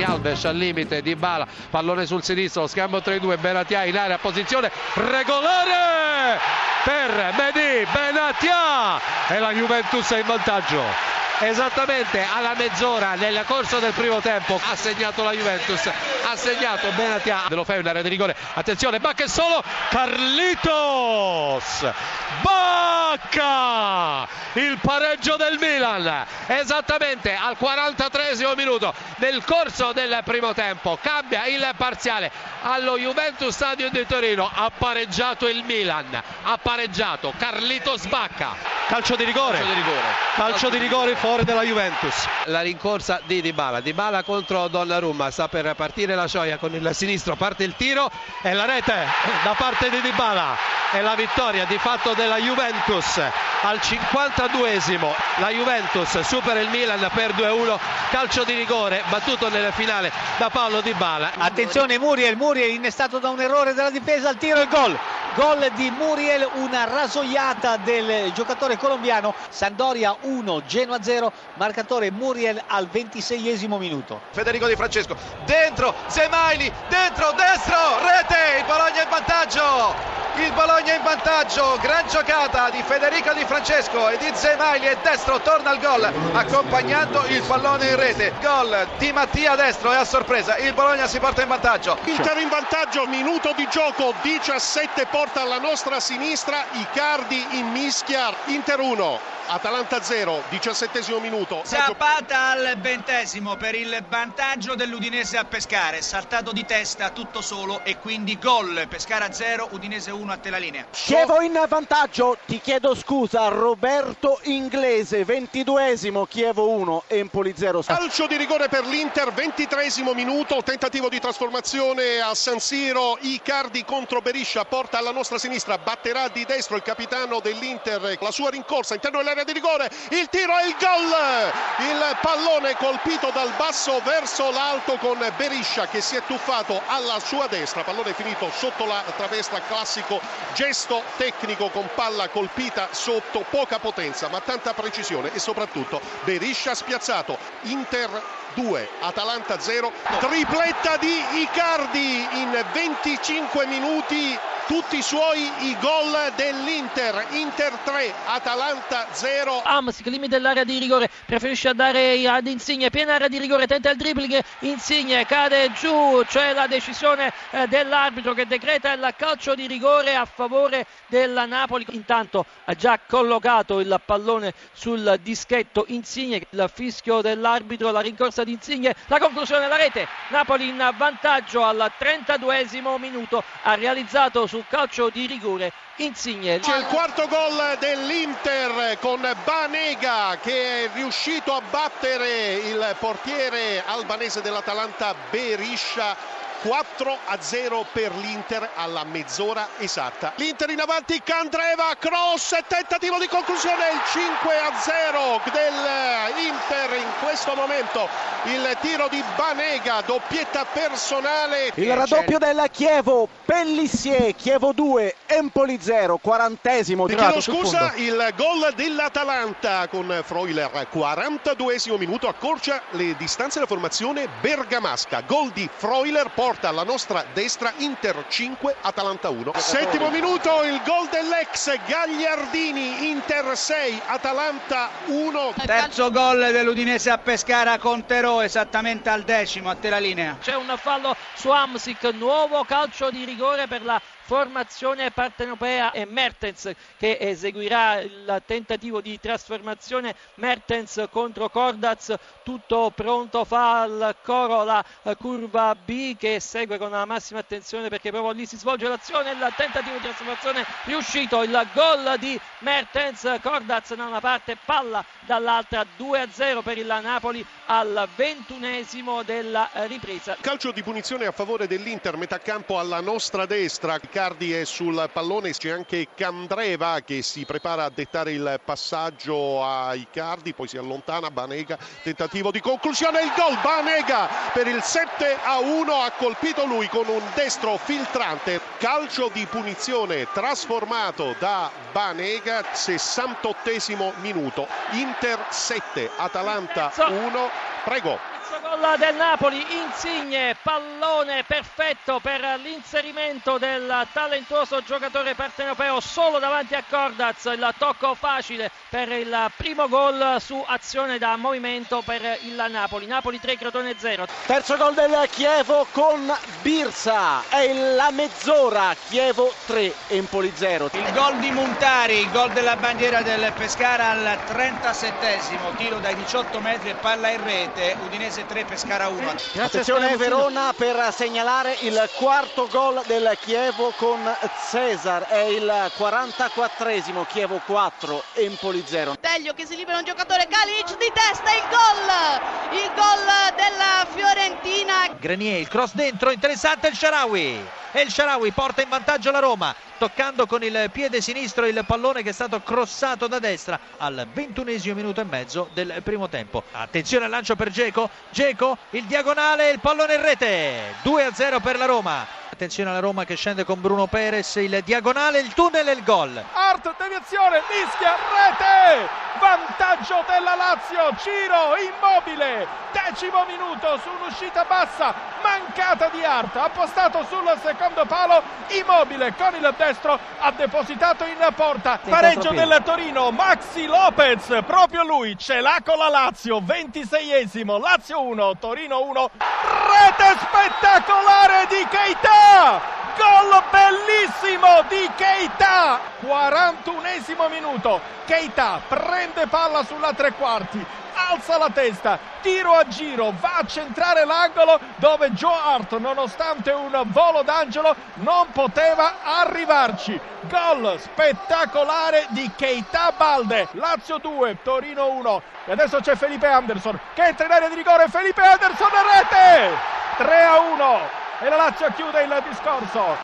Dani Alves al limite, Dybala, pallone sul sinistro, scambio tra i due, Benatia in area, posizione regolare per Mehdi Benatia e la Juventus è in vantaggio. Esattamente alla mezz'ora nel corso del primo tempo ha segnato la Juventus, ha segnato Benatia. De lo fa in area di rigore, attenzione, Bacca è solo, Carlitos Bacca, il pareggio del Milan esattamente al 43esimo minuto nel corso del primo tempo, cambia il parziale allo Juventus Stadium di Torino, ha pareggiato il Milan, ha pareggiato Carlitos Bacca. Calcio di rigore, fuori della Juventus. La rincorsa di Dybala contro Donnarumma, sta per partire la gioia con il sinistro, parte il tiro e la rete da parte di Dybala e la vittoria di fatto della Juventus al 52esimo. La Juventus supera il Milan per 2-1, calcio di rigore battuto nella finale da Paolo Dybala. Attenzione Muriel innestato da un errore della difesa, al tiro e gol di Muriel, una rasoiata del giocatore colombiano. Sampdoria 1, Genoa 0, marcatore Muriel al 26esimo minuto. Federico Di Francesco, dentro, Semaili, dentro, destro, rete, il Bologna in vantaggio! Il Bologna in vantaggio, gran giocata di Federico Di Francesco e di Semaili, e destro torna al gol accompagnando il pallone in rete. Gol di Mattia destro e a sorpresa il Bologna si porta in vantaggio. Inter in vantaggio, minuto di gioco, 17 porta alla nostra sinistra, Icardi in mischia, Inter 1. Atalanta 0, 17esimo minuto. Zapata al 20esimo per il vantaggio dell'Udinese a Pescara, saltato di testa tutto solo e quindi gol. Pescara 0, Udinese 1 a te la linea. Chievo in vantaggio, ti chiedo scusa, Roberto Inglese, 22esimo, Chievo 1, Empoli 0. Calcio di rigore per l'Inter, 23esimo minuto, tentativo di trasformazione a San Siro, Icardi contro Beriscia, porta alla nostra sinistra, batterà di destro il capitano dell'Inter, la sua rincorsa interno dell'area di rigore, il tiro e il gol, il pallone colpito dal basso verso l'alto con Beriscia che si è tuffato alla sua destra, pallone finito sotto la traversa, classico gesto tecnico con palla colpita sotto, poca potenza ma tanta precisione e soprattutto Beriscia spiazzato. Inter 2, Atalanta 0, tripletta di Icardi in 25 minuti, tutti i suoi i gol dell'Inter. Inter 3, Atalanta 0. Hamsik, limite dell'area di rigore, preferisce andare ad Insigne, piena area di rigore, tenta il dribbling, Insigne cade giù, c'è la decisione dell'arbitro che decreta il calcio di rigore a favore della Napoli. Intanto ha già collocato il pallone sul dischetto Insigne, il fischio dell'arbitro, la rincorsa di Insigne, la conclusione della rete, Napoli in vantaggio al 32esimo minuto, ha realizzato sul calcio di rigore Insigne. C'è il quarto gol dell'Inter con Banega che è riuscito a battere il portiere albanese dell'Atalanta Beriscia. 4-0 per l'Inter alla mezz'ora esatta. L'Inter in avanti, Candreva, cross e tentativo di conclusione, il 5-0 dell'Inter in questo momento. Il tiro di Banega, doppietta personale. Il raddoppio del Chievo, Pellissier, Chievo 2, Empoli 0, 40esimo. Ti chiedo scusa, il gol dell'Atalanta con Freuler, 42esimo minuto, accorcia le distanze della formazione bergamasca. Gol di Freuler porta alla nostra destra, Inter 5, Atalanta 1. Settimo minuto, il gol dell'ex Gagliardini, Inter 6, Atalanta 1. Terzo gol dell'Udinese a Pescara con Terò, esattamente al 10º, a te la linea. C'è un fallo su Hamsik, nuovo calcio di rigore per la formazione partenopea e Mertens che eseguirà il tentativo di trasformazione. Mertens contro Cordaz, tutto pronto, fa al coro la curva B che segue con la massima attenzione perché proprio lì si svolge l'azione, il tentativo di trasformazione riuscito, il gol di Mertens, Cordaz da una parte, palla dall'altra, 2-0 per il Napoli al 21esimo della ripresa. Calcio di punizione a favore dell'Inter, metà campo alla nostra destra, Icardi è sul pallone, c'è anche Candreva che si prepara a dettare il passaggio a Icardi, poi si allontana, Banega, tentativo di conclusione, il gol, Banega per il 7-1, ha colpito lui con un destro filtrante. Calcio di punizione trasformato da Banega, 68esimo minuto, Inter 7, Atalanta 1, prego. Terzo gol del Napoli, Insigne, pallone perfetto per l'inserimento del talentuoso giocatore partenopeo solo davanti a Cordaz, il tocco facile per il primo gol su azione da movimento per il Napoli. Napoli 3, Crotone 0. Terzo gol del Chievo con Birsa, è la mezz'ora, Chievo 3, Empoli 0. Il gol di Montari, il gol della bandiera del Pescara al 37esimo, tiro dai 18 metri e palla in rete, Udinese 3, Pescara 1. Attenzione Verona per segnalare il quarto gol del Chievo con Cesar, è il 44esimo, Chievo 4, Empoli 0. Deglio che si libera un giocatore, Kalic di testa, il gol della Fiorentina. Grenier, il cross dentro, interessante il Shaarawy, e il Shaarawy porta in vantaggio la Roma, toccando con il piede sinistro il pallone che è stato crossato da destra al 21esimo minuto e mezzo del primo tempo. Attenzione al lancio per Dzeko, il diagonale, il pallone in rete, 2-0 per la Roma. Attenzione alla Roma che scende con Bruno Perez, il diagonale, il tunnel e il gol. Art, deviazione, mischia, rete, vantaggio della Lazio, Ciro Immobile, 10° minuto su un'uscita bassa, mancata di Art, appostato sul secondo palo, Immobile con il destro ha depositato in porta. Pareggio del Torino, Maxi Lopez, proprio lui, ce l'ha con la Lazio, 26esimo, Lazio 1, Torino 1, rete spettacolare di Keita! Gol bellissimo di Keita, 41esimo minuto, Keita prende palla sulla tre quarti, alza la testa, tiro a giro, va a centrare l'angolo dove Joe Hart, nonostante un volo d'angelo, non poteva arrivarci. Gol spettacolare di Keita Balde, Lazio 2, Torino 1. E adesso c'è Felipe Anderson che entra in area di rigore, Felipe Anderson, rete, 3-1. E la Lazio chiude il discorso.